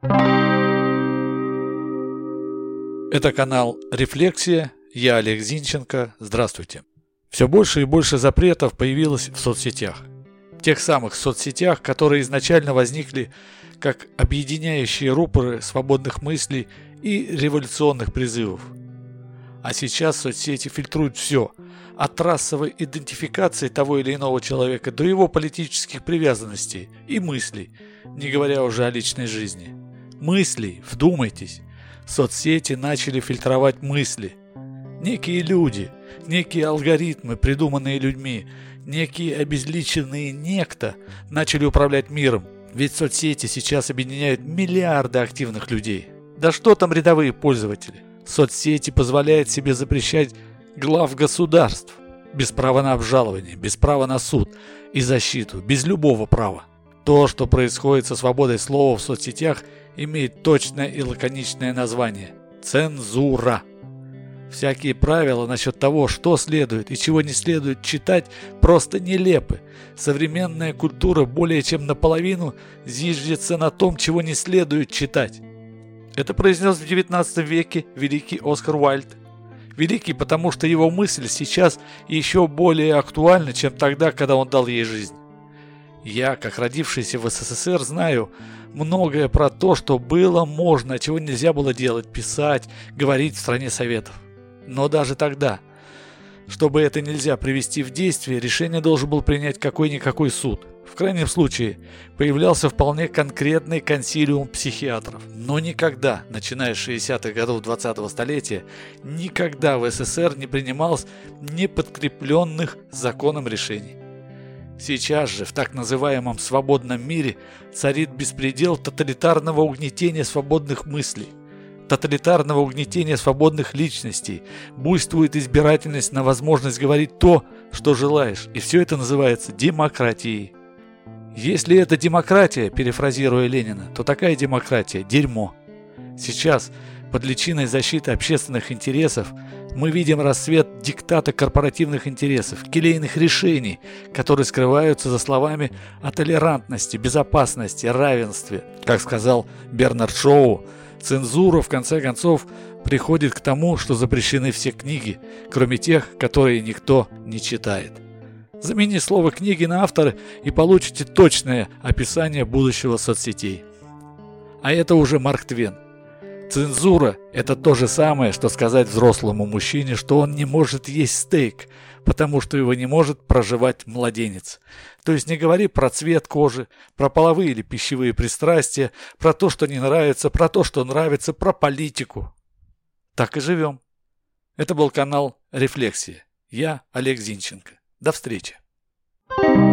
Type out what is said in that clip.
Это канал «Рефлексия». Я Олег Зинченко. Здравствуйте. Все больше и больше запретов появилось в соцсетях. Тех самых соцсетях, которые изначально возникли как объединяющие рупоры свободных мыслей и революционных призывов. А сейчас соцсети фильтруют все, от расовой идентификации того или иного человека до его политических привязанностей и мыслей, не говоря уже о личной жизни. Мыслей, вдумайтесь, соцсети начали фильтровать мысли. Некие люди, некие алгоритмы, придуманные людьми, некие обезличенные некто начали управлять миром. Ведь соцсети сейчас объединяют миллиарды активных людей. Да что там рядовые пользователи? Соцсети позволяют себе запрещать глав государств без права на обжалование, без права на суд и защиту, без любого права. То, что происходит со свободой слова в соцсетях, имеет точное и лаконичное название – цензура. Всякие правила насчет того, что следует и чего не следует читать, просто нелепы. Современная культура более чем наполовину зиждется на том, чего не следует читать. Это произнес в XIX веке великий Оскар Уайльд. Великий, потому что его мысль сейчас еще более актуальна, чем тогда, когда он дал ей жизнь. Я, как родившийся в СССР, знаю многое про то, что было можно, чего нельзя было делать, писать, говорить в стране Советов. Но даже тогда, чтобы это нельзя привести в действие, решение должен был принять какой-никакой суд. В крайнем случае, появлялся вполне конкретный консилиум психиатров. Но никогда, начиная с 60-х годов 20-го столетия, никогда в СССР не принималось неподкрепленных законом решений. Сейчас же в так называемом свободном мире царит беспредел тоталитарного угнетения свободных мыслей, тоталитарного угнетения свободных личностей, буйствует избирательность на возможность говорить то, что желаешь, и все это называется демократией. Если это демократия, перефразируя Ленина, то такая демократия – дерьмо. Сейчас, под личиной защиты общественных интересов, мы видим расцвет диктата корпоративных интересов, келейных решений, которые скрываются за словами о толерантности, безопасности, равенстве. Как сказал Бернард Шоу, цензура, в конце концов, приходит к тому, что запрещены все книги, кроме тех, которые никто не читает. Замени слово «книги» на «авторы» и получите точное описание будущего соцсетей. А это уже Марк Твен. Цензура – это то же самое, что сказать взрослому мужчине, что он не может есть стейк, потому что его не может прожевать младенец. То есть не говори про цвет кожи, про половые или пищевые пристрастия, про то, что не нравится, про то, что нравится, про политику. Так и живем. Это был канал «Рефлексия». Я Олег Зинченко. До встречи.